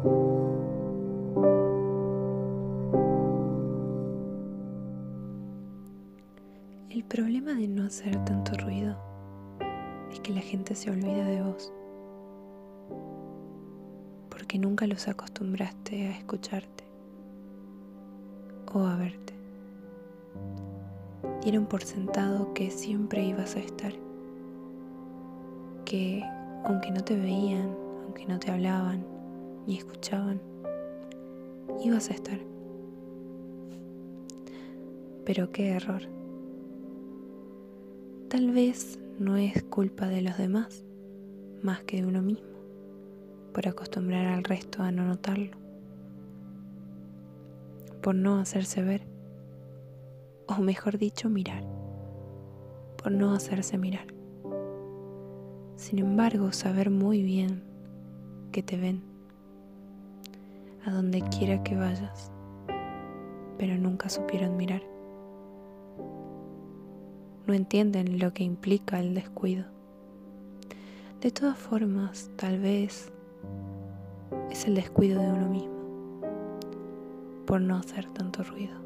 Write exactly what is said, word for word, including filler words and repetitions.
El problema de no hacer tanto ruido es que la gente se olvida de vos, porque nunca los acostumbraste a escucharte o a verte. Dieron por sentado que siempre ibas a estar, que aunque no te veían, aunque no te hablaban ni escuchaban, ibas a estar. Pero qué error. Tal vez no es culpa de los demás, más que de uno mismo, por acostumbrar al resto a no notarlo, por no hacerse ver, o mejor dicho, mirar, por no hacerse mirar. Sin embargo, saber muy bien que te ven, a donde quiera que vayas, pero nunca supieron mirar. No entienden lo que implica el descuido. De todas formas, tal vez es el descuido de uno mismo, por no hacer tanto ruido.